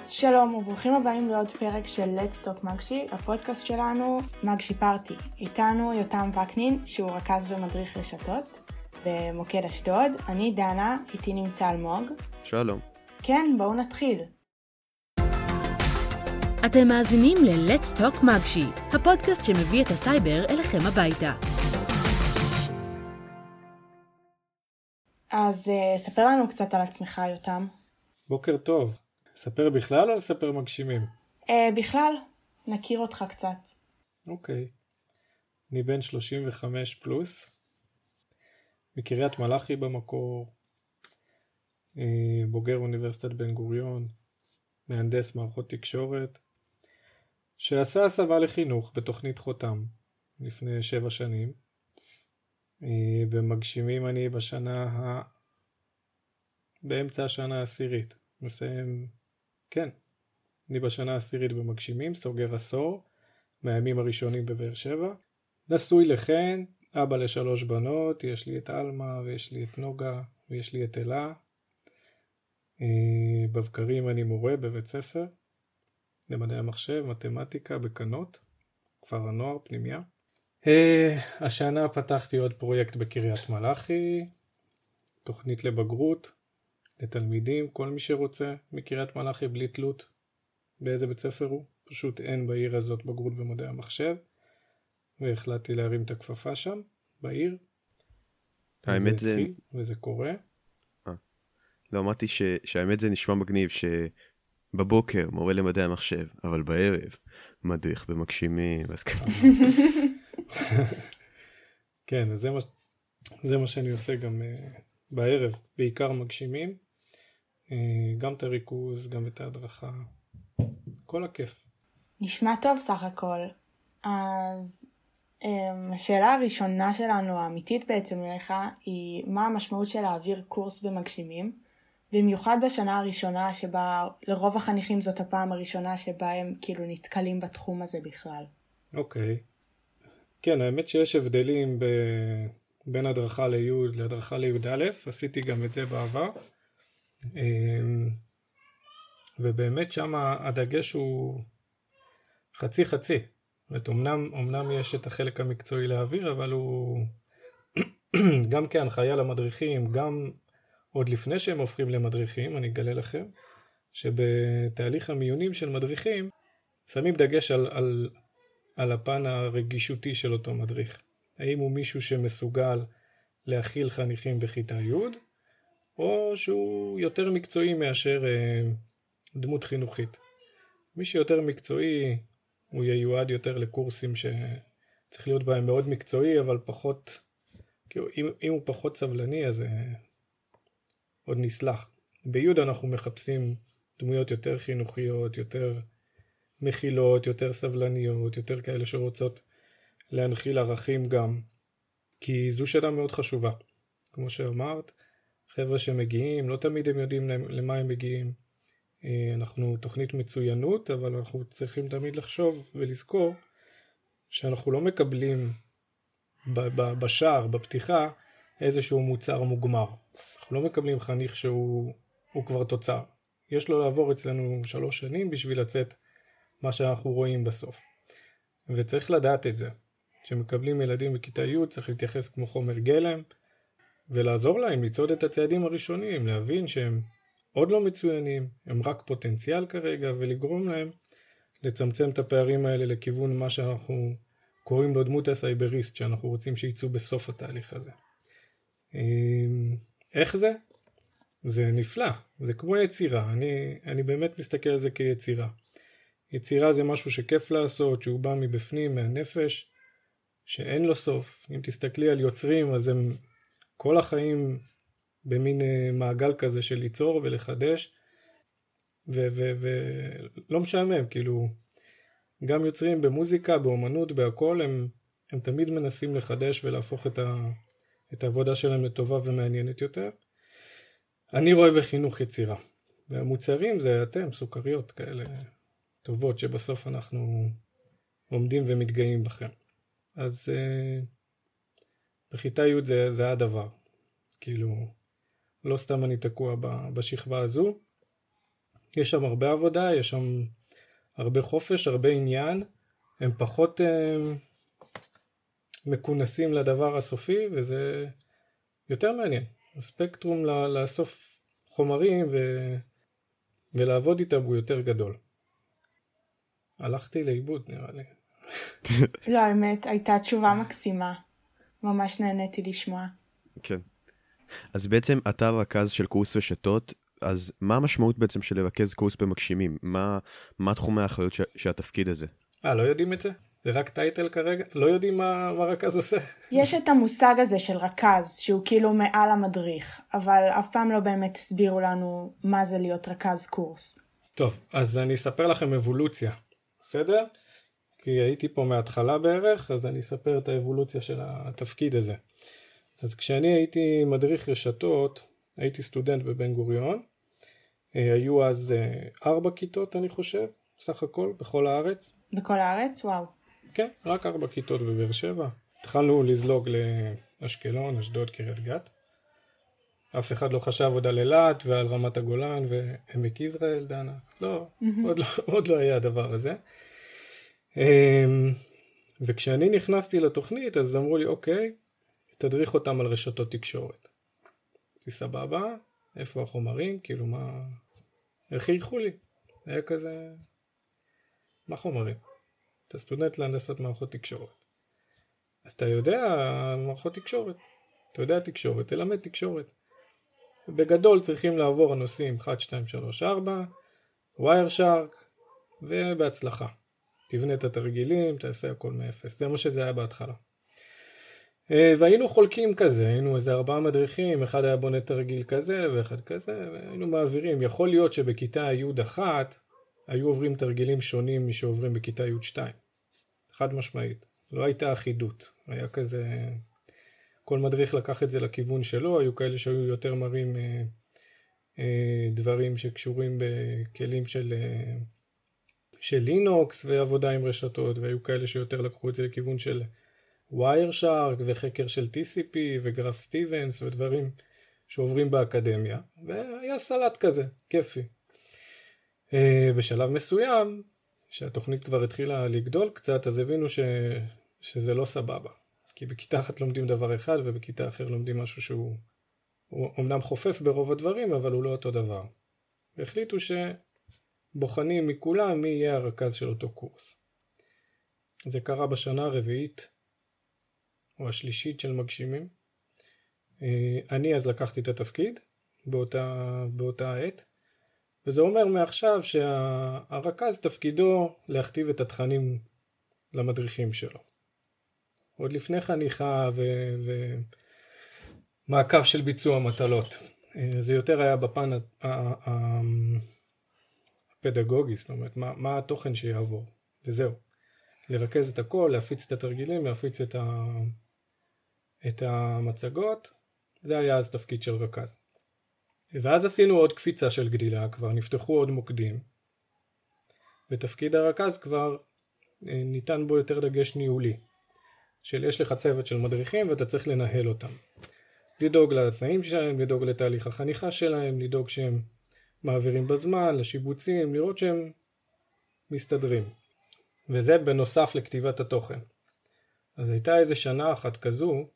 אז שלום וברוכים הבאים לעוד פרק של Let's Talk מגשי, הפודקאסט שלנו מגשי פארטי. איתנו יותם וקנין שהוא רכז ומדריך רשתות במוקד אשדוד. אני דנה, איתי נמצא אלמוג. שלום. כן, בואו נתחיל. אתם מאזינים ל-Let's Talk מגשי, הפודקאסט שמביא את הסייבר אליכם הביתה. אז ספר לנו קצת על עצמך יותם. בוקר טוב. ספר בכלל או לספר מגשימים? בכלל, נכיר אותך קצת. אוקיי. אני בן 35 פלוס, מקריית מלאכי במקור, בוגר אוניברסיטת בן גוריון, מהנדס מערכות תקשורת, שעשה הסבה לחינוך בתוכנית חותם לפני 7 שנים. במגשימים אני באמצע השנה העשירית. מסיים, כן, אני בשנה העשירית במגשימים, סוגר עשור, מהימים הראשונים בבאר שבע. נשוי לחן, אבא ל3 בנות, יש לי את אלמה ויש לי את נוגה ויש לי את אלה. בבקרים אני מורה בבית ספר, למדעי המחשב, מתמטיקה, בקנות, כפר הנוער, פנימיה. השנה פתחתי עוד פרויקט בקריית מלאכי, תוכנית לבגרות, לתלמידים, כל מי שרוצה מקריית מלאכי בלי תלות באיזה בית ספר הוא, פשוט אין בעיר הזאת בגרות במדעי המחשב, והחלטתי להרים את הכפפה שם, בעיר. האמת זה... התחיל, וזה קורה. לא, אמרתי שהאמת זה נשמע מגניב, שבבוקר מורה למדעי המחשב, אבל בערב מדריך במגשימים, אז ככה. כן, אז זה מה שאני עושה גם בערב, בעיקר מגשימים, גם את הריכוז, גם את ההדרכה, כל הכיף. נשמע טוב סך הכל. אז השאלה הראשונה שלנו, האמיתית בעצם אליך, היא מה המשמעות של להעביר קורס במגשימים, במיוחד בשנה הראשונה שבה לרוב החניכים זאת הפעם הראשונה שבה הם כאילו נתקלים בתחום הזה בכלל. אוקיי. כן, האמת שיש הבדלים בין הדרכה ליוד להדרכה ליוד א', עשיתי גם את זה בעבר, ובאמת שם הדגש הוא חצי חצי. אמנם יש את החלק המקצועי להעביר, אבל הוא גם כהנחיה למדריכים, גם עוד לפני שהם הופכים למדריכים, אני אגלה לכם, שבתהליך המיונים של מדריכים, שמים דגש על הפן הרגישותי של אותו מדריך. האם הוא מישהו שמסוגל להכיל חניכים בכיתה י', או שהוא יותר מקצועי מאשר דמות חינוכית. מי שיותר מקצועי, הוא ייועד יותר לקורסים שצריך להיות בהם מאוד מקצועי, אבל פחות, כאילו, אם הוא פחות סבלני, אז עוד נסלח. ביוד אנחנו מחפשים דמויות יותר חינוכיות, יותר מכילות, יותר סבלניות, יותר כאלה שרוצות להנחיל ערכים גם, כי זו שאלה מאוד חשובה. כמו שאמרת, חבר'ה שמגיעים, לא תמיד הם יודעים למה הם מגיעים. אנחנו תוכנית מצוינות, אבל אנחנו צריכים תמיד לחשוב ולזכור שאנחנו לא מקבלים בשער, בפתיחה, איזשהו מוצר מוגמר. אנחנו לא מקבלים חניך שהוא כבר תוצר. יש לו לעבור אצלנו 3 שנים בשביל לצאת מה שאנחנו רואים בסוף. וצריך לדעת את זה. כשמקבלים ילדים בכיתה י' צריך להתייחס כמו חומר גלם, ולעזור להם לצעוד את הצעדים הראשונים, להבין שהם עוד לא מצוינים, הם רק פוטנציאל כרגע, ולגרום להם לצמצם את הפערים האלה לכיוון מה שאנחנו קוראים לו דמות הסייבריסט, שאנחנו רוצים שיצאו בסוף התהליך הזה. איך זה? זה נפלא, זה כמו יצירה, אני באמת מסתכל על זה כיצירה. יצירה זה משהו שכיף לעשות, שהוא בא מבפנים, מהנפש, שאין לו סוף. אם תסתכלי על יוצרים, אז הם כל החיים במין מעגל כזה של ליצור ולחדש, ולא משעמם, כאילו, גם יוצרים במוזיקה, באומנות, בהכל, הם תמיד מנסים לחדש ולהפוך את העבודה שלהם לטובה ומעניינת יותר. אני רואה בחינוך יצירה, והמוצרים זה אתם, סוכריות כאלה טובות, שבסוף אנחנו עומדים ומתגאים בכם. אז בכיתה י' זה הדבר. כאילו, לא סתם אני תקוע בשכבה הזו. יש שם הרבה עבודה, יש שם הרבה חופש, הרבה עניין, הם פחות מכונסים לדבר הסופי, וזה יותר מעניין. הספקטרום לאסוף חומרים ולעבוד איתם הוא יותר גדול. הלכתי לאיבוד נראה לי. לא, האמת, הייתה תשובה מקסימה. ממש נהניתי לשמוע. כן. אז בעצם אתה רכז של קורס רשתות, אז מה המשמעות בעצם של לרכז קורס במגשימים? מה תחומי האחריות של התפקיד הזה? לא יודעים את זה? זה רק טייטל כרגע? לא יודעים מה רכז עושה? יש את המושג הזה של רכז, שהוא כאילו מעל המדריך, אבל אף פעם לא באמת הסבירו לנו מה זה להיות רכז קורס. טוב, אז אני אספר לכם אבולוציה, בסדר? כי הייתי פה מההתחלה בערך, אז אני אספר את האבולוציה של התפקיד הזה. אז כשאני הייתי מדריך רשתות, הייתי סטודנט בבן גוריון, היו אז 4 כיתות אני חושב, סך הכל, בכל הארץ. בכל הארץ? וואו. כן, רק 4 כיתות בבאר שבע. התחלנו לזלוג לאשקלון, אשדוד, קריית גת. אף אחד לא חשב עוד על אילת ועל רמת הגולן ועמק יזרעאל, דנה. לא, עוד לא היה הדבר הזה. וכשאני נכנסתי לתוכנית, אז אמרו לי, אוקיי, תדריך אותם על רשתות תקשורת. זה סבבה, איפה החומרים? כאילו מה... איך ייחו לי? היה כזה... מה חומרים? אתה סטודנט להנדסת מערכות תקשורת. אתה יודע מערכות תקשורת. אתה יודע תקשורת, תלמד תקשורת. בגדול צריכים לעבור הנושאים 1, 2, 3, 4, Wireshark, ובהצלחה. תבנה את התרגילים, תעשה הכל מאפס. זה מה שזה היה בהתחלה. והיינו חולקים כזה, היינו איזה 4 מדריכים, אחד היה בונה תרגיל כזה ואחד כזה, והיינו מעבירים. יכול להיות שבכיתה י'1 היו עוברים תרגילים שונים משעוברים בכיתה י'2. חד משמעית. לא הייתה אחידות. היה כזה, כל מדריך לקח את זה לכיוון שלו, היו כאלה שהיו יותר מראים דברים שקשורים בכלים של לינוקס ועבודה עם רשתות, והיו כאלה שיותר לקחו את זה לכיוון של Wireshark וחקר של TCP וגרף סטיבנס ודברים שעוברים באקדמיה, והיה סלט כזה, כיפי. בשלב מסוים, שהתוכנית כבר התחילה לגדול קצת, אז הבינו שזה לא סבבה. כי בכיתה אחת לומדים דבר אחד, ובכיתה אחר לומדים משהו שהוא אומנם חופף ברוב הדברים, אבל הוא לא אותו דבר. והחליטו שבוחנים מכולם מי יהיה הרכז של אותו קורס. זה קרה בשנה הרביעית, או השלישית של מגשימים. אני אז לקחתי את התפקיד, באותה עת, וזה אומר מעכשיו שהרכז תפקידו להכתיב את התכנים למדריכים שלו. עוד לפני חניכה ומעקב של ביצוע מטלות. זה יותר היה בפן הפדגוגי, זאת אומרת, מה התוכן שיעבור, וזהו. לרכז את הכל, להפיץ את התרגילים, להפיץ את המצגות, זה היה אז תפקיד של רכז. ואז עשינו עוד קפיצה של גדילה, כבר נפתחו עוד מוקדים, ותפקיד הרכז כבר ניתן בו יותר דגש ניהולי, של יש לך צוות של מדריכים ואתה צריך לנהל אותם. לדאוג לתנאים שלהם, לדאוג לתהליך החניכה שלהם, לדאוג שהם מעבירים בזמן, לשיבוצים, לראות שהם מסתדרים. וזה בנוסף לכתיבת התוכן. אז הייתה איזה שנה אחת כזו,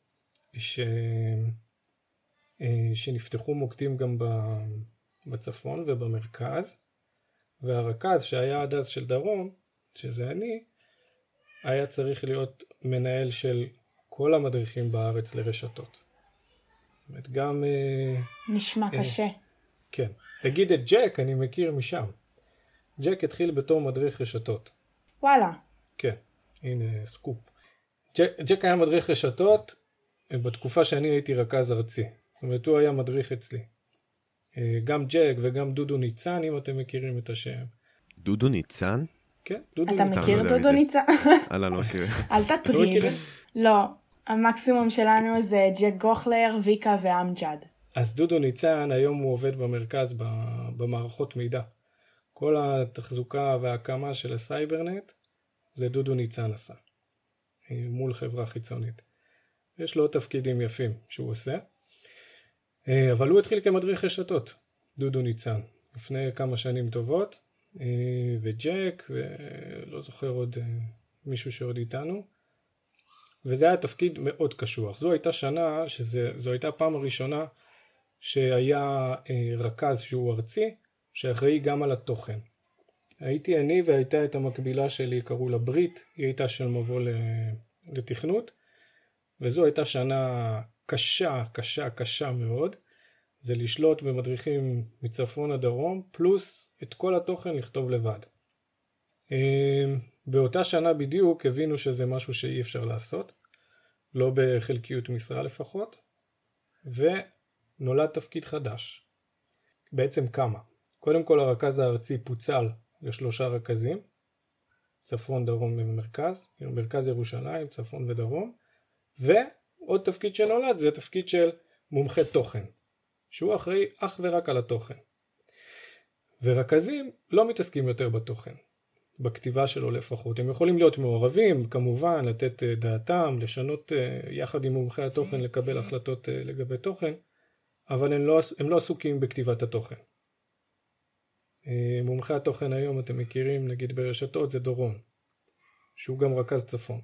שנפתחו מוקדים גם בצפון ובמרכז, והרכז שהיה עד אז של דרום, שזה אני, היה צריך להיות מנהל של כל המדריכים בארץ לרשתות. זאת אומרת, גם... נשמע קשה. כן. תגיד את ג'ק, אני מכיר משם. ג'ק התחיל בתור מדריך רשתות. וואלה. כן, הנה סקופ. ג'ק היה מדריך רשתות בתקופה שאני הייתי רכז ארצי. זאת אומרת, הוא היה מדריך אצלי. גם ג'ק וגם דודו ניצן, אם אתם מכירים את השם. דודו ניצן? כן, דודו ניצן. אתה מכיר דודו ניצן? לא מכיר. אל תטריד. לא, המקסימום שלנו זה ג'ק גוכלר, ויקה ואמג'ד. אז דודו ניצן, היום הוא עובד במרכז במערכות מידע. כל התחזוקה וההקמה של הסייברנט, זה דודו ניצן עשה. מול חברה חיצונית. יש לו תפקידים יפים שהוא עושה. אבל הוא התחיל כמדריך רשתות, דודו ניצן. לפני כמה שנים טובות, וג'ק, ולא זוכר עוד מישהו שעוד איתנו, וזה היה תפקיד מאוד קשוח. זו הייתה שנה, זו הייתה הפעם הראשונה שהיה רכז שהוא ארצי, שאחראי גם על התוכן. הייתי אני והייתה את המקבילה שלי, קראו לה ברית, היא הייתה של מבוא לתכנות, וזו הייתה שנה קשה מאוד, זה לשלוט במדריכים מצפון עד דרום, פלוס את כל התוכן לכתוב לבד. באותה שנה בדיוק הבינו שזה משהו שאי אפשר לעשות, לא בחלקיות משרה לפחות, ונולד תפקיד חדש. בעצם כמה. קודם כל הרכז הארצי פוצל ל3 רכזים, צפון, דרום ומרכז, מרכז ירושלים, צפון ודרום, ועוד תפקיד שנולד זה תפקיד של מומחה תוכן, שהוא אחראי אך ורק על התוכן. ורכזים לא מתעסקים יותר בתוכן, בכתיבה שלו לפחות. הם יכולים להיות מעורבים, כמובן, לתת דעתם, לשנות יחד עם מומחי התוכן, לקבל החלטות לגבי תוכן, אבל הם לא עסוקים בכתיבת התוכן. מומחי התוכן היום אתם מכירים, נגיד ברשתות, זה דורון, שהוא גם רכז צפון.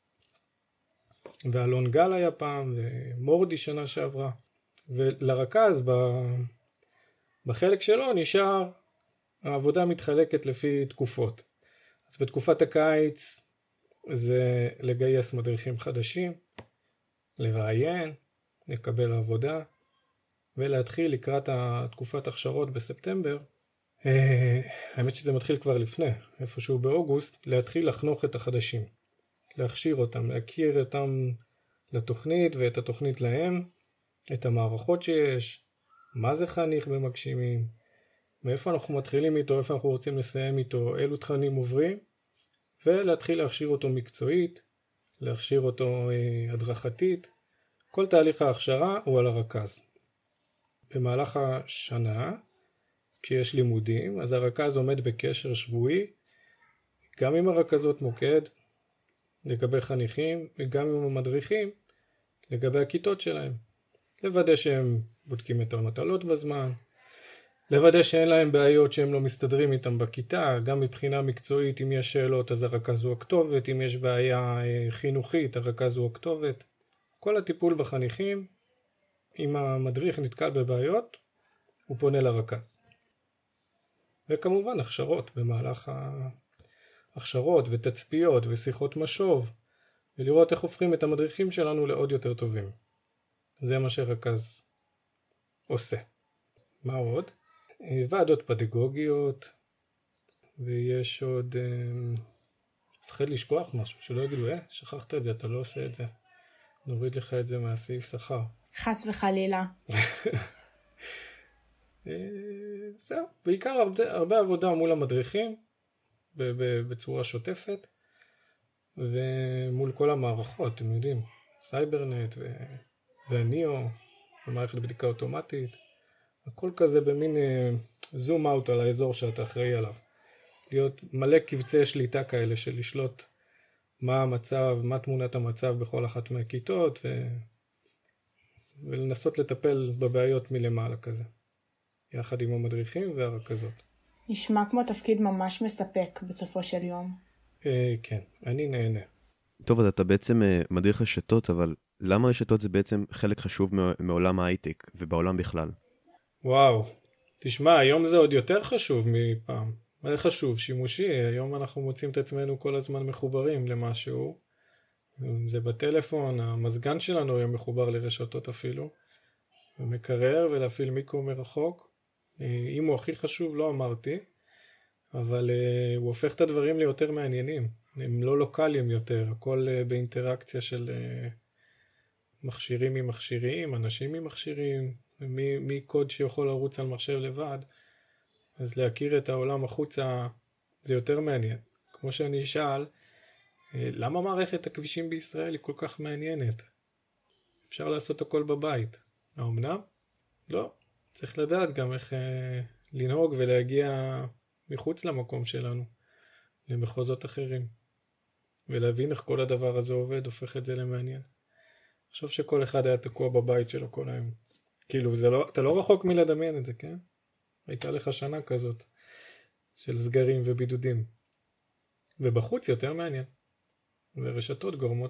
ואלון גל היה פעם, ומורדי שנה שעברה. ולרכז בחלק שלו נשאר, העבודה מתחלקת לפי תקופות. אז בתקופת הקיץ זה לגייס מדריכים חדשים, לראיין, לקבל עבודה, ולהתחיל לקראת תקופת הכשרות בספטמבר. האמת שזה מתחיל כבר לפני, איפשהו באוגוסט, להתחיל לחנוך את החדשים. להכשיר אותם, להכיר אותם לתוכנית ואת התוכנית להם, את המערכות שיש, מה זה חניך במגשימים, מאיפה אנחנו מתחילים איתו, איפה אנחנו רוצים לסיים איתו, אילו תכנים עוברים, ולהתחיל להכשיר אותו מקצועית, להכשיר אותו הדרכתית. כל תהליך ההכשרה הוא על הרכז. במהלך השנה, כשיש לימודים, אז הרכז עומד בקשר שבועי, גם עם הרכזות מוקד, לגבי חניכים, וגם עם המדריכים, לגבי הכיתות שלהם. לוודא שהם בודקים את המטלות בזמן, לוודא שאין להם בעיות שהם לא מסתדרים איתם בכיתה, גם מבחינה מקצועית, אם יש שאלות אז הרכז הוא הכתובת, אם יש בעיה חינוכית הרכז הוא הכתובת. כל הטיפול בחניכים, אם המדריך נתקל בבעיות, הוא פונה לרכז. וכמובן הכשרות, במהלך ההכשרות ותצפיות ושיחות משוב, ולראות איך הופכים את המדריכים שלנו לעוד יותר טובים. זה מה שרכז עושה. מה עוד? ועדות פדגוגיות, ויש עוד, מפחד לשכוח משהו, שלא יגידו, שכחת את זה, אתה לא עושה את זה. נוריד לך את זה מהסעיף שכר. חס וחלילה. זהו, בעיקר הרבה עבודה מול המדריכים, בצורה שוטפת, ומול כל המערכות, אתם יודעים, סייברנט והניאו, ומערכת בדיקה אוטומטית, הכל כזה במין זום אאוט על האזור שאתה אחראי עליו. להיות מלא קבצי שליטה כאלה של לשלוט מה המצב, מה תמונת המצב בכל אחת מהכיתות, ולנסות לטפל בבעיות מלמעלה כזה, יחד עם המדריכים והרכזות. נשמע כמו תפקיד ממש מספק בסופו של יום. כן, אני נהנה. טוב, אז אתה בעצם מדריך רשתות, אבל למה רשתות זה בעצם חלק חשוב מעולם ההייטק ובעולם בכלל? וואו, תשמע, היום זה עוד יותר חשוב מפעם. מה זה חשוב? שימושי. היום אנחנו מוצאים את עצמנו כל הזמן מחוברים למשהו. זה בטלפון, המזגן שלנו היום מחובר לרשתות אפילו. ומקרר ולהפעיל מיקרו מרחוק. אם הוא הכי חשוב, לא אמרתי. אבל הוא הופך את הדברים ליותר מעניינים. הם לא לוקליים יותר. הכל באינטראקציה של מכשירים עם מכשירים, אנשים עם מכשירים. מי קוד שיכול לרוץ על מחשב לבד. אז להכיר את העולם החוצה זה יותר מעניין. כמו שאני אשאל, למה מערכת הכבישים בישראל היא כל כך מעניינת? אפשר לעשות הכל בבית. האמנם? לא. צריך לדעת גם איך לנהוג ולהגיע מחוץ למקום שלנו, למחוזות אחרים. ולהבין איך כל הדבר הזה עובד, הופך את זה למעניין. חושב שכל אחד היה תקוע בבית שלו כל היום. כאילו, אתה לא רחוק מלדמיין את זה, כן? הייתה לך שנה כזאת של סגרים ובידודים. ובחוץ יותר מעניין. ורשתות גורמות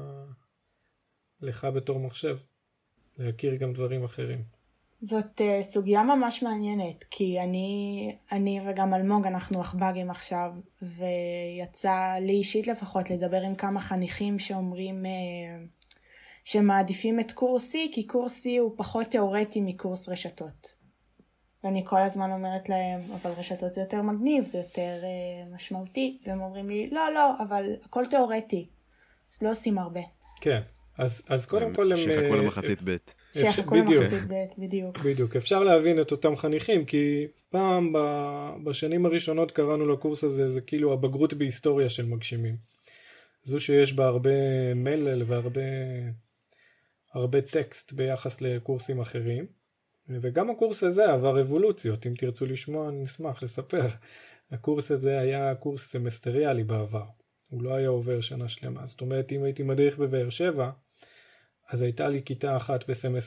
לך בתור מחשב להכיר גם דברים אחרים. זאת סוגיה ממש מעניינת, כי אני וגם אלמוג אנחנו אחב"גים עכשיו, ויצא לי אישית לפחות לדבר עם כמה חניכים שאומרים שמעדיפים את קורס C, כי קורס C הוא פחות תיאורטי מקורס רשתות. ואני כל הזמן אומרת להם, אבל רשתות זה יותר מגניב, זה יותר משמעותי, והם אומרים לי, לא, אבל הכל תיאורטי, אז לא עושים הרבה. כן, אז קודם כל... שיחכו למחצית ב'. שיחכו למחצית ב', בדיוק. בדיוק, אפשר להבין את אותם חניכים, כי פעם בשנים הראשונות קראנו לקורס הזה, זה כאילו הבגרות בהיסטוריה של מגשימים. זו שיש בה הרבה מלל והרבה טקסט ביחס לקורסים אחרים. וגם הקורס הזה עבר אבולוציות, אם תרצו לשמוע אני אשמח לספר. הקורס הזה היה קורס סמסטריאלי בעבר, הוא לא היה עובר שנה שלמה. זאת אומרת, אם הייתי מדריך בבאר שבע, אז הייתה לי כיתה אחת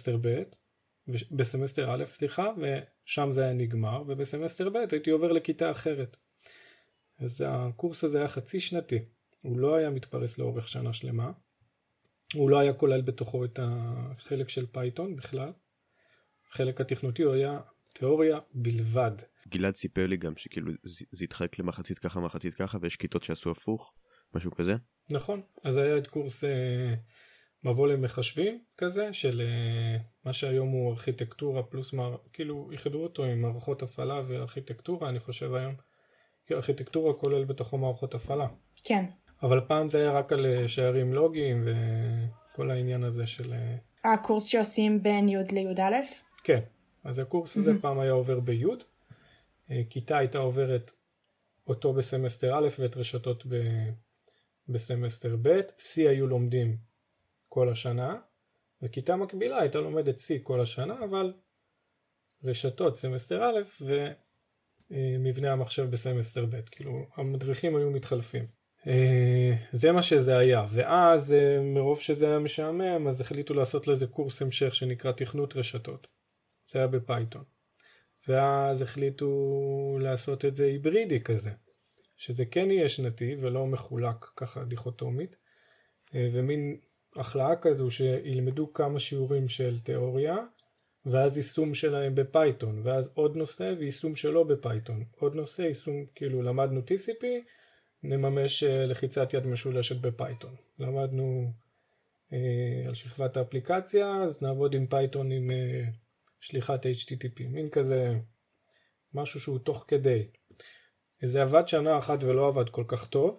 בסמסטר א', ושם זה היה נגמר, ובסמסטר ב' הייתי עובר לכיתה אחרת. אז הקורס הזה היה חצי שנתי, הוא לא היה מתפרס לאורך שנה שלמה, הוא לא היה כולל בתוכו את החלק של פייתון בכלל, החלק התכנותי הוא היה תיאוריה בלבד. גלעד סיפר לי גם שכאילו זה התחלק למחצית ככה, ויש כיתות שעשו הפוך, משהו כזה. נכון, אז היה את קורס מבוא למחשבים כזה, של מה שהיום הוא ארכיטקטורה פלוס, כאילו יחדו אותו עם מערכות הפעלה וארכיטקטורה, אני חושב היום, כי ארכיטקטורה כולל בתוכו מערכות הפעלה. כן. אבל פעם זה היה רק על שערים לוגיים וכל העניין הזה של... הקורס שעושים בין י' לי"א? כן, אז הקורס הזה פעם היה עובר בי', כיתה הייתה עוברת אותו בסמסטר א' ואת רשתות בסמסטר ב', C היו לומדים כל השנה, וכיתה מקבילה הייתה לומדת C כל השנה, אבל רשתות סמסטר א' ומבנה המחשב בסמסטר ב', כאילו המדריכים היו מתחלפים. זה מה שזה היה, ואז מרוב שזה היה משעמם, אז החליטו לעשות לזה קורס המשך שנקרא תכנות רשתות. זה היה בפייתון. ואז החליטו לעשות את זה היברידי כזה, שזה כן יהיה שנתי ולא מחולק ככה דיכוטומית, ומין החלאה כזו שילמדו כמה שיעורים של תיאוריה, ואז יישום שלהם בפייתון, ואז עוד נושא ויישום שלו בפייתון. עוד נושא, יישום, כאילו למדנו TCP, נממש לחיצת יד משולשת בפייתון. למדנו על שכבת האפליקציה, אז נעבוד עם פייתון עם שליחת HTTP. מין כזה משהו שהוא תוך כדי. זה עבד שנה אחת ולא עבד כל כך טוב,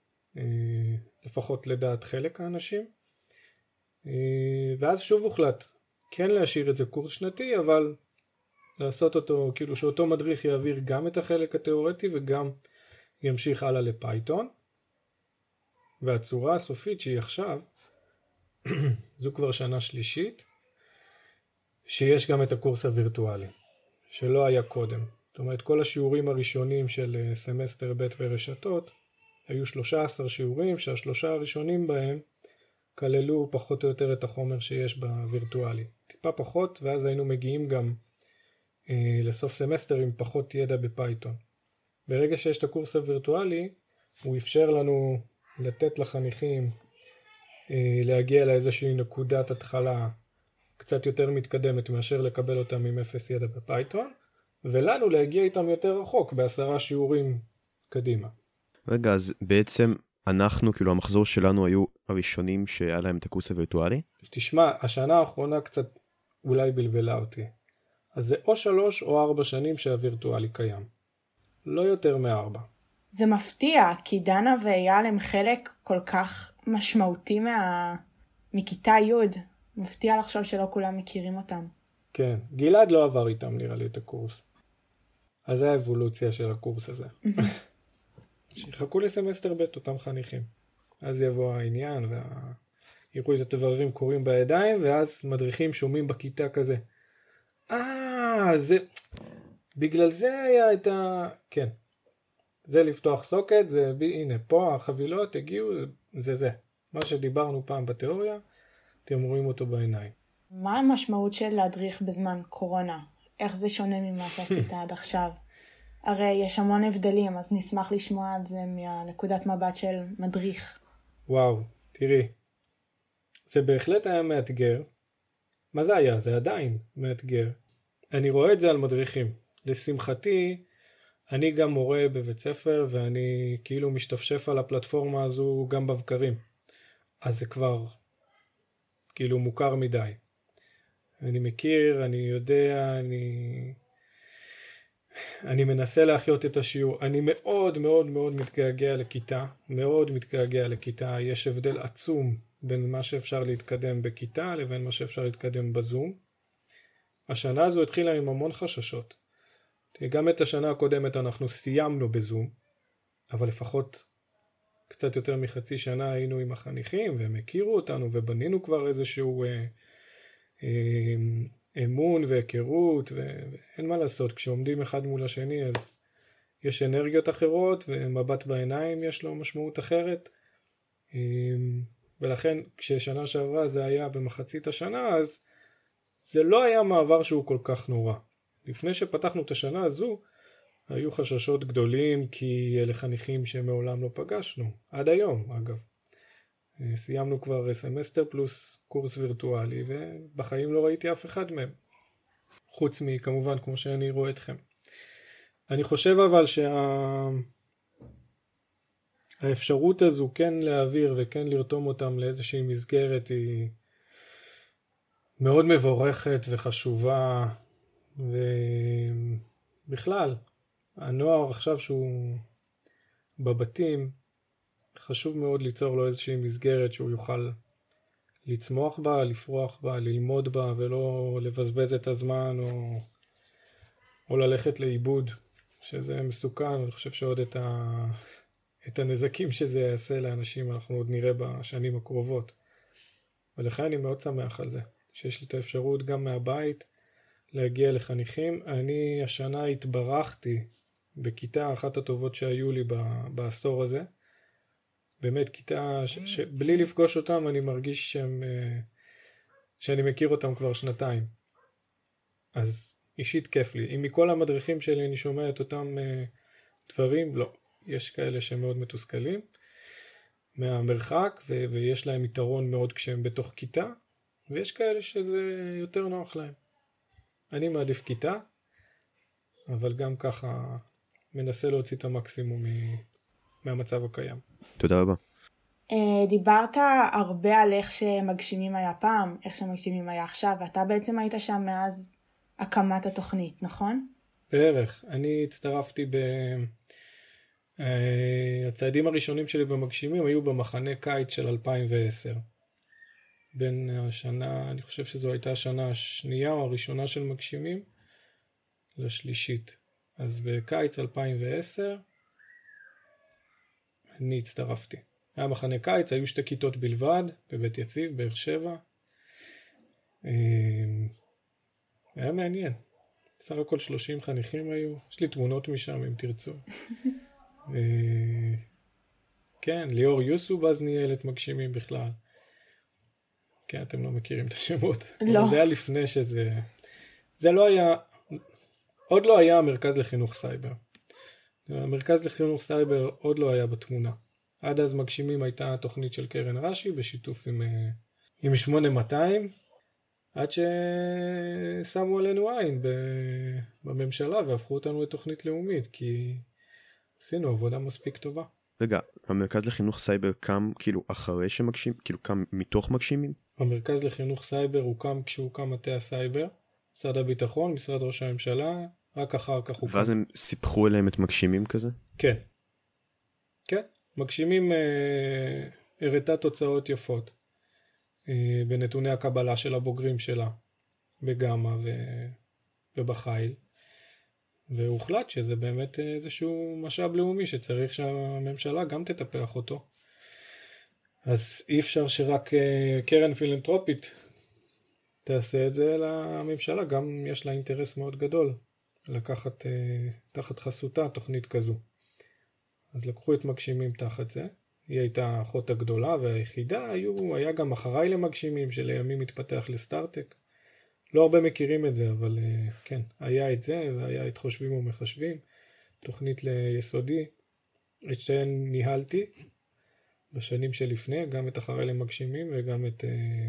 לפחות לדעת חלק האנשים. ואז שוב הוחלט כן להשאיר את זה קורס שנתי, אבל לעשות אותו, כאילו שאותו מדריך יעביר גם את החלק התיאורטי וגם ימשיך הלאה לפייתון. והצורה הסופית שהיא עכשיו, זו כבר שנה שלישית, שיש גם את הקורס הווירטואלי, שלא היה קודם. זאת אומרת, כל השיעורים הראשונים של סמסטר ב' ברשתות, היו 13 שיעורים, שהשלושה הראשונים בהם כללו פחות או יותר את החומר שיש בווירטואלי. טיפה פחות, ואז היינו מגיעים גם לסוף סמסטר עם פחות ידע בפייתון. ברגע שיש את הקורס הווירטואלי, הוא אפשר לנו לתת לחניכים להגיע לאיזושהי נקודת התחלה קצת יותר מתקדמת מאשר לקבל אותם עם אפס ידע בפייתון, ולנו להגיע איתם יותר רחוק ב10 שיעורים קדימה. רגע, אז בעצם אנחנו, כאילו המחזור שלנו היו הראשונים שהיה להם את הקורס הווירטואלי? תשמע, השנה האחרונה קצת אולי בלבלה אותי. אז זה או 3 או 4 שנים שהווירטואלי קיים. לא יותר מ4. זה מפתיע, כי דנה ואייל הם חלק כל כך משמעותי מכיתה י'. מפתיע לחשוב שלא כולם מכירים אותם. כן, גלעד לא עבר איתם נראה לי את הקורס. אז זה האבולוציה של הקורס הזה. שיחכו לסמסטר ב' אותם חניכים. אז יבוא העניין ויראו את הדברים קורים בידיים, ואז מדריכים שומעים בכיתה כזה. זה... בגלל זה היה את כן. זה לפתוח סוקט, זה... הנה, פה החבילות הגיעו, זה. מה שדיברנו פעם בתיאוריה, אתם רואים אותו בעיניים. מה המשמעות של להדריך בזמן קורונה? איך זה שונה ממה שעשית עד עכשיו? הרי יש המון הבדלים, אז נשמח לשמוע את זה מהנקודת מבט של מדריך. וואו, תראי, זה בהחלט היה מאתגר. מה זה היה? זה עדיין מאתגר. אני רואה את זה על מדריכים. לשמחתי, אני גם מורה בבית ספר, ואני כאילו משתפשף על הפלטפורמה הזו גם בבקרים. אז זה כבר כאילו מוכר מדי. אני מכיר, אני יודע, אני מנסה להחיות את השיעור. אני מאוד מאוד מאוד מתגעגע לכיתה. מאוד מתגעגע לכיתה. יש הבדל עצום בין מה שאפשר להתקדם בכיתה לבין מה שאפשר להתקדם בזום. השנה הזו התחילה עם המון חששות. גם את השנה הקודמת אנחנו סיימנו בזום, אבל לפחות קצת יותר מחצי שנה היינו עם החניכים, והם הכירו אותנו, ובנינו כבר איזשהו אמון והיכרות, ואין מה לעשות, כשעומדים אחד מול השני, אז יש אנרגיות אחרות, ומבט בעיניים יש לו משמעות אחרת, ולכן כששנה שעברה זה היה במחצית השנה, אז זה לא היה מעבר שהוא כל כך נורא. לפני שפתחנו את השנה הזו, היו חששות גדולים, כי אלה חניכים שמעולם לא פגשנו. עד היום, אגב. סיימנו כבר סמסטר פלוס קורס וירטואלי, ובחיים לא ראיתי אף אחד מהם. חוץ מכמובן, כמו שאני רואה אתכם. אני חושב אבל האפשרות הזו כן להעביר וכן לרתום אותם לאיזושהי מסגרת היא מאוד מבורכת וחשובה, ובכלל, הנוער עכשיו שהוא בבתים, חשוב מאוד ליצור לו איזושהי מסגרת שהוא יוכל לצמוח בה, לפרוח בה, ללמוד בה, ולא לבזבז את הזמן או ללכת לאיבוד, שזה מסוכן. אני חושב שעוד את הנזקים שזה יעשה לאנשים אנחנו עוד נראה בשנים הקרובות. ולכן אני מאוד שמח על זה, שיש לי את האפשרות גם מהבית להגיע לחניכים. אני השנה התברכתי בכיתה אחת הטובות שהיו לי בעשור הזה. באמת כיתה שבלי לפגוש אותם אני מרגיש שאני מכיר אותם כבר שנתיים. אז אישית כיף לי. אם מכל המדריכים שלי אני שומע את אותם דברים, לא. יש כאלה שהם מאוד מתוסכלים מהמרחק, ויש להם יתרון מאוד כשהם בתוך כיתה, ויש כאלה שזה יותר נוח להם. אני מעדיף כיתה, אבל גם ככה מנסה להוציא את המקסימום מהמצב הקיים. תודה רבה. דיברת הרבה על איך שמגשימים היה פעם, איך שמגשימים היה עכשיו, ואתה בעצם היית שם מאז הקמת התוכנית, נכון? בערך. אני הצטרפתי הצעדים הראשונים שלי במגשימים היו במחנה קיץ של 2010. בין השנה, אני חושב שזו הייתה השנה השנייה או הראשונה של מגשימים, לשלישית. אז בקיץ 2010 אני הצטרפתי. היה מחנה קיץ, היו 2 כיתות בלבד, בבית יציב, באר שבע. היה מעניין. סך הכל 30 חניכים היו. יש לי תמונות משם אם תרצו. כן, ליאור יוסוב אז ניהל את מגשימים בכלל. כן, אתם לא מכירים את השמות. לא. זה היה לפני שזה... זה לא היה... עוד לא היה המרכז לחינוך סייבר. המרכז לחינוך סייבר עוד לא היה בתמונה. עד אז מגשימים הייתה תוכנית של קרן רש"י בשיתוף עם 8200, עד ששמו עלינו עין בממשלה והפכו אותנו לתוכנית לאומית, כי עשינו עבודה מספיק טובה. רגע, המרכז לחינוך סייבר קם כאילו אחרי שמגשים, כאילו קם מתוך מגשימים? המרכז לחינוך סייבר הוקם כשהוקם מטה הסייבר, משרד הביטחון, משרד ראש הממשלה, רק אחר כך הוקם. ואז הם סיפחו אליהם את מגשימים כזה? כן. כן. מגשימים הראתה תוצאות יפות בנתוני הקבלה של הבוגרים שלה בגמא ובחיל, והוחלט שזה באמת איזשהו משאב לאומי שצריך שהממשלה גם תטפח אותו. אז אי אפשר שרק קרן פילנטרופית תעשה את זה, לממשלה גם יש לה אינטרס מאוד גדול לקחת תחת חסותה תוכנית כזו. אז לקחו את מגשימים תחת זה. היא הייתה האחות הגדולה והיחידה, היה גם אחריי למגשימים שלימים התפתח לסטארטק. לא הרבה מכירים את זה, אבל כן, היה את זה, והיה את חושבים ומחשבים, תוכנית ליסודי, את שתיהן ניהלתי בשנים שלפני, גם את אחרי למגשימים וגם את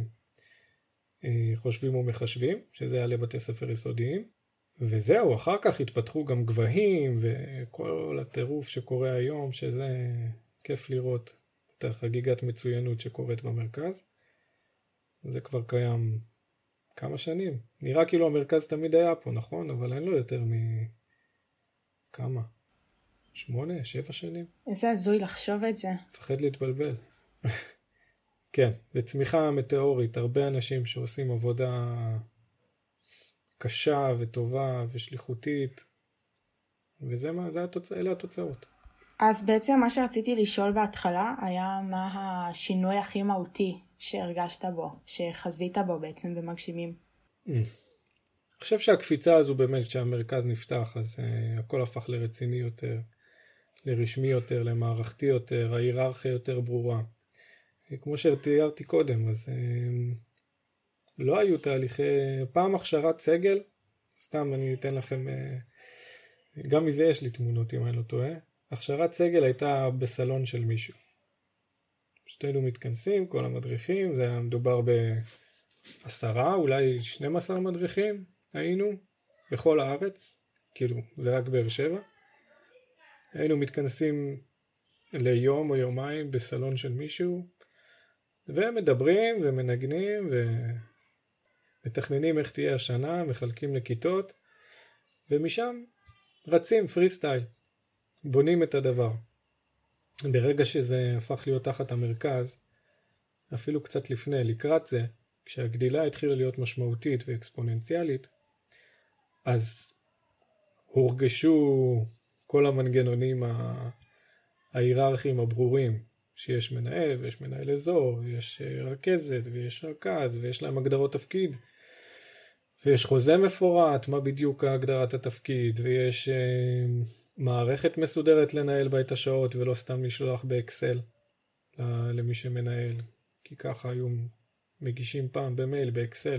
חושבים ומחשבים, שזה היה לבתי ספר יסודיים. וזהו, אחר כך התפתחו גם גבהים וכל הטירוף שקורה היום, שזה כיף לראות את החגיגת מצוינות שקורית במרכז. זה כבר קיים כמה שנים. נראה כאילו המרכז תמיד היה פה, נכון? אבל אין לו יותר כמה? 8, 7 שנים? איזה הזוי לחשוב את זה. מפחד להתבלבל. כן, זה צמיחה מטאורית, הרבה אנשים שעושים עבודה קשה וטובה ושליחותית, אלה התוצאות. אז בעצם מה שרציתי לשאול בהתחלה היה מה השינוי הכי מהותי שהרגשת בו, שחזית בו בעצם במגשימים. אני חושב שהקפיצה הזו באמת כשהמרכז נפתח, אז הכל הפך לרציני יותר, לרשמי יותר, למערכתי יותר, ההיררכיה יותר ברורה. כמו שתיארתי קודם, אז לא היו תהליכי, פעם הכשרת סגל, סתם אני אתן לכם, גם מזה יש לי תמונות אם אני לא טועה, הכשרת סגל הייתה בסלון של מישהו. שתינו מתכנסים, כל המדריכים, זה היה מדובר ב10, אולי 12 מדריכים היינו, בכל הארץ, כאילו זה רק באר שבע. היינו מתכנסים ליום או יומיים בסלון של מישהו, ומדברים ומנגנים ומתכננים איך תהיה השנה, מחלקים לכיתות, ומשם רצים פרי סטייל, בונים את הדבר. ברגע שזה הפך להיות תחת המרכז, אפילו קצת לפני, לקראת זה, כשהגדילה התחילה להיות משמעותית ואקספוננציאלית, אז הורגשו כל המנגנונים ההיררכיים הברורים, שיש מנהל ויש מנהל אזור, ויש רכזת ויש רכז, ויש להם הגדרות תפקיד, ויש חוזה מפורט, מה בדיוק הגדרת התפקיד, ויש מערכת מסודרת לנהל בה את השעות, ולא סתם לשלוח באקסל למי שמנהל, כי ככה היו מגישים פעם במייל באקסל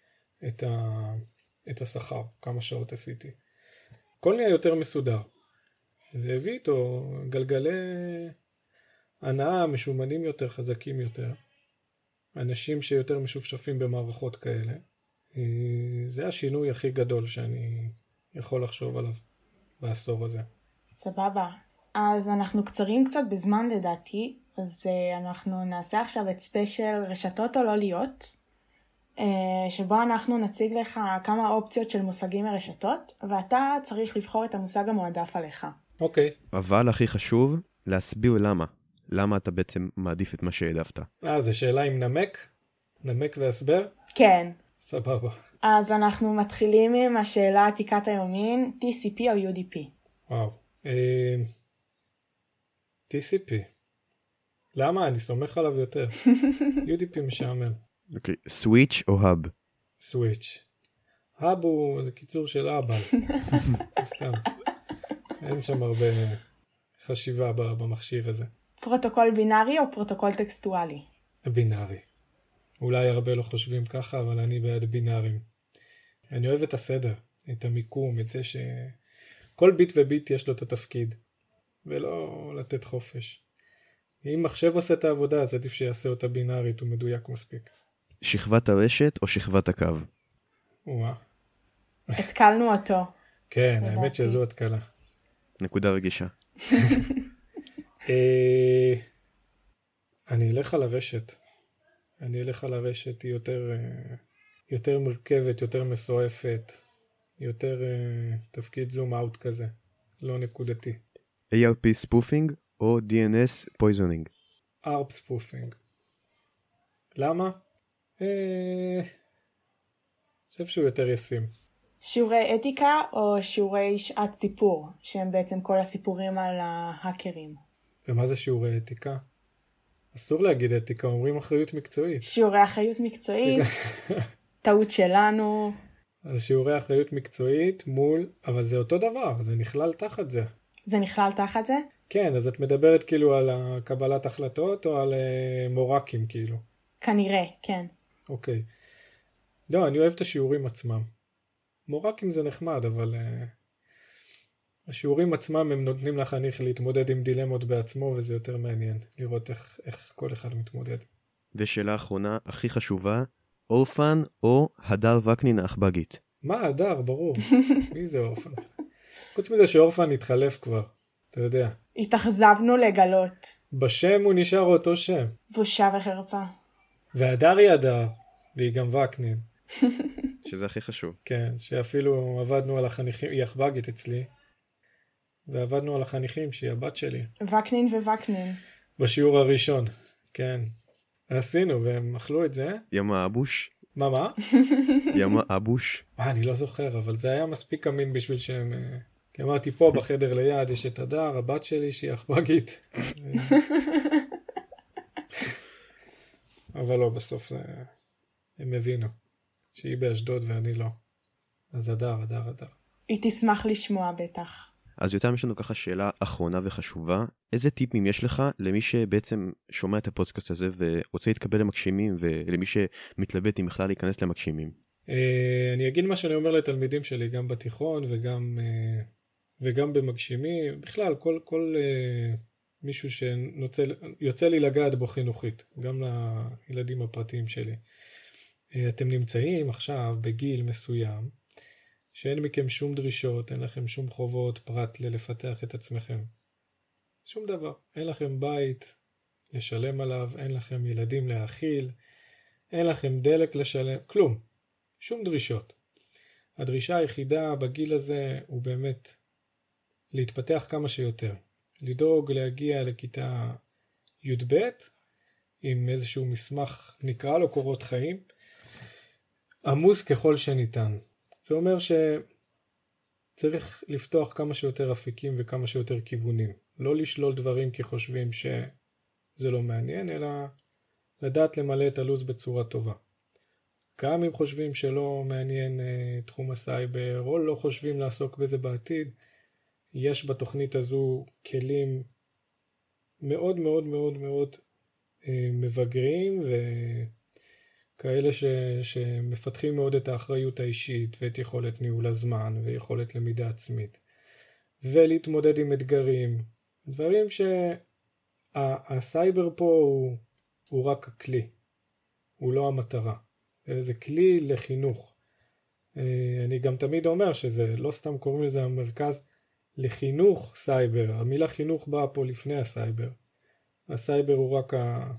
את השכר, כמה שעות עשיתי. הכל נהיה יותר מסודר. זה הביא איתו גלגלי הנאה משומנים יותר, חזקים יותר. אנשים שיותר משופשפים במערכות כאלה. זה השינוי הכי גדול שאני יכול לחשוב עליו בעשור הזה. סבבה. אז אנחנו קצרים קצת בזמן לדעתי, אז אנחנו נעשה עכשיו את ספיישל רשתות או לא להיות, שבו אנחנו נציג לך כמה אופציות של מושגים מרשתות, ואתה צריך לבחור את המושג המועדף עליך. אוקיי. אבל הכי חשוב, להסביר למה. למה אתה בעצם מעדיף את מה שהעדפת. זה שאלה עם נמק? נמק והסבר? כן. סבבה. אז אנחנו מתחילים עם השאלה עתיקת היומין, TCP או UDP? וואו. TCP. למה? אני סומך עליו יותר. UDP משעמם. אוקיי. סוויץ' או האב? סוויץ'. האב הוא קיצור של אבל. סתם. אין שם הרבה חשיבה במכשיר הזה. פרוטוקול בינארי או פרוטוקול טקסטואלי? בינארי. אולי הרבה לא חושבים ככה, אבל אני בעד בינארים. אני אוהב את הסדר, את המיקום, את זה שכל ביט וביט יש לו את התפקיד, ולא לתת חופש. אם מחשב עושה את העבודה, אז עדיף שיעשה אותה בינארית ומדויק מספיק. שכבת הרשת או שכבת הקו? התקלנו אותו. כן, האמת שזו התקלה. נקודה רגישה. אני אלך על הרשת. היא יותר מרכבת, יותר מסועפת, יותר תפקיד זום אאוט כזה, לא נקודתי. ARP ספופינג או DNS פויזונינג? ARP ספופינג. למה? חושב שהוא יותר ישים. שיעורי אתיקה או שיעורי שעת סיפור, שהם בעצם כל הסיפורים על ההאקרים? ומה זה שיעורי אתיקה? אסור להגיד אתיקה, אומרים אחריות מקצועית. שיעורי אחריות מקצועית, טעות שלנו. אז שיעורי אחריות מקצועית אבל זה אותו דבר, זה נכלל תחת זה. זה נכלל תחת זה? כן, אז את מדברת כאילו על קבלת החלטות או על מורקים כאילו? כנראה, כן. אוקיי. לא, אני אוהב את השיעורים עצמם. מורקים זה נחמד, אבל השיעורים עצמם הם נותנים לחניך להתמודד עם דילמות בעצמו, וזה יותר מעניין לראות איך כל אחד מתמודד. ושאלה אחרונה, הכי חשובה, אורפן או הדר וקנין האחבגית? מה הדר? ברור. מי זה אורפן? חוץ מזה שאורפן התחלף כבר, אתה יודע. התאכזבנו לגלות. בשם הוא נשאר אותו שם. בושה וחרפה. והדר היא הדר, והיא גם וקנין. שזה הכי חשוב. כן, שאפילו עבדנו על החניכים, היא אחבגית אצלי, ועבדנו על החניכים שהיא הבת שלי. וקנין ווקנין. בשיעור הראשון, כן. עשינו, והם אכלו את זה. ימה אבוש? מה? ימה אבוש? אני לא זוכר, אבל זה היה מספיק אמין בשביל שהם... כי אמרתי פה בחדר ליד יש את הדר, הבת שלי שהיא אחבגית. אבל לא, בסוף הם הבינו שהיא באשדוד ואני לא. אז הדר. היא תשמח לשמוע בטח. אז יותר יש לנו ככה שאלה אחרונה וחשובה. איזה טיפים יש לך למי שבעצם שומע את הפודקאסט הזה ורוצה להתקבל למגשימים, ולמי שמתלבט אם בכלל להיכנס למגשימים? אני אגיד מה שאני אומר לתלמידים שלי, גם בתיכון וגם במגשימים. בכלל, כל מישהו שיוצא לי לגעת בו חינוכית, גם לילדים הפרטיים שלי. אתם נמצאים עכשיו בגיל מסוים, שאין מכם שום דרישות, אין לכם שום חובות פרט ללפתח את עצמכם. שום דבר. אין לכם בית לשלם עליו, אין לכם ילדים להאכיל, אין לכם דלק לשלם, כלום. שום דרישות. הדרישה היחידה בגיל הזה הוא באמת להתפתח כמה שיותר. לדאוג להגיע לכיתה י"ב עם איזשהו מסמך, נקרא לו קורות חיים, עמוס ככל שניתן. זה אומר שצריך לפתוח כמה שיותר אפיקים וכמה שיותר כיוונים. לא לשלול דברים כי חושבים שזה לא מעניין, אלא לדעת למלא את הלוז בצורה טובה. גם אם חושבים שלא מעניין תחום הסייבר, או לא חושבים לעסוק בזה בעתיד, יש בתוכנית הזו כלים מאוד מאוד מאוד מאוד מבגרים וכאלה שמפתחים מאוד את האחריות האישית ואת יכולת ניהול הזמן ויכולת למידה עצמית ולהתמודד עם אתגרים, דברים שהסייבר פה הוא רק הכלי, הוא לא המטרה, זה כלי לחינוך. אני גם תמיד אומר שזה לא סתם קוראים לזה המרכז לחינוך סייבר, המילה חינוך באה פה לפני הסייבר. הסייבר הוא רק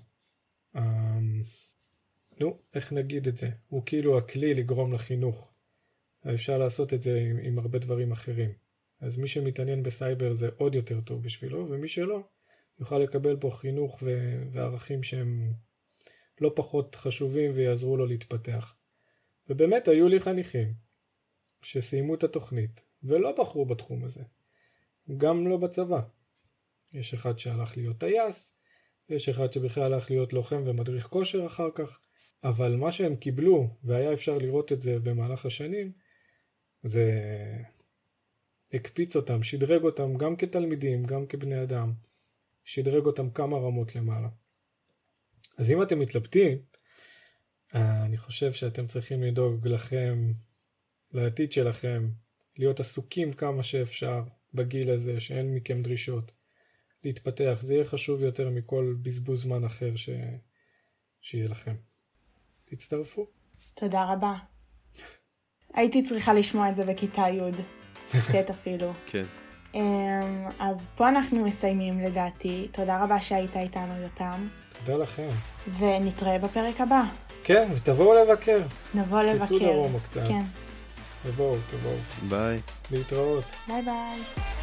איך נגיד את זה? הוא כאילו הכלי לגרום לחינוך. אפשר לעשות את זה עם הרבה דברים אחרים. אז מי שמתעניין בסייבר זה עוד יותר טוב בשבילו, ומי שלא יוכל לקבל פה חינוך וערכים שהם לא פחות חשובים ויעזרו לו להתפתח. ובאמת היו לי חניכים שסיימו את התוכנית ולא בחרו בתחום הזה. גם לא בצבא. יש אחד שהלך להיות טייס, יש אחד שבכלל הלך להיות לוחם ומדריך כושר אחר כך, אבל מה שהם קיבלו, והיה אפשר לראות את זה במהלך השנים, זה הקפיץ אותם, שדרג אותם גם כתלמידים, גם כבני אדם, שדרג אותם כמה רמות למעלה. אז אם אתם מתלבטים, אני חושב שאתם צריכים לדאוג לכם, לעתיד שלכם, להיות עסוקים כמה שאפשר בגיל הזה, שאין מכם דרישות, להתפתח. זה יהיה חשוב יותר מכל בזבוז זמן אחר שיהיה לכם. תצטרפו. תודה רבה. הייתי צריכה לשמוע את זה בכיתה י' תת אפילו. כן. אז פה אנחנו מסיימים לדעתי. תודה רבה שהיית איתנו יותם. תודה לכם. ונתראה בפרק הבא. כן, ותבואו לבקר. נבוא לבקר. תצאו דרומה קצת. כן. תבואו. ביי. להתראות. ביי ביי.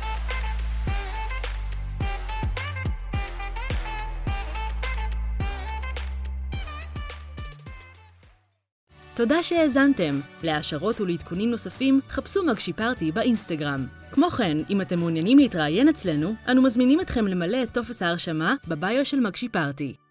תודה שהאזנתם. להעשרות ולעדכונים נוספים, חפשו מגשיפרתי באינסטגרם. כמו כן, אם אתם מעוניינים להתראיין אצלנו, אנו מזמינים אתכם למלא את טופס ההרשמה בביו של מגשיפרתי.